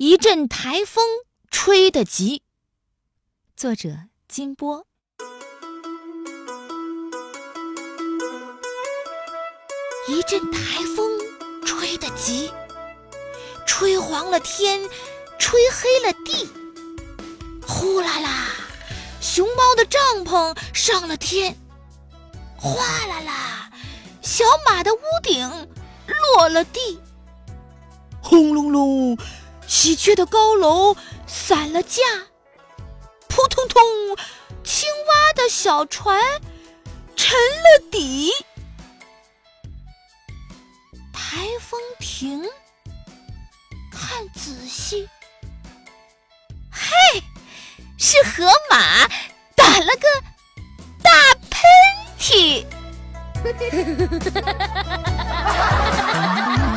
一阵台风吹得急。作者金波。一阵台风吹得急，吹黄了天，吹黑了地。呼啦啦，熊猫的帐篷上了天。哗啦啦，小马的屋顶落了地。轰隆隆，喜鹊的高楼散了架。扑通通，青蛙的小船沉了底。台风停，看仔细，嘿，是河马打了个大喷嚏。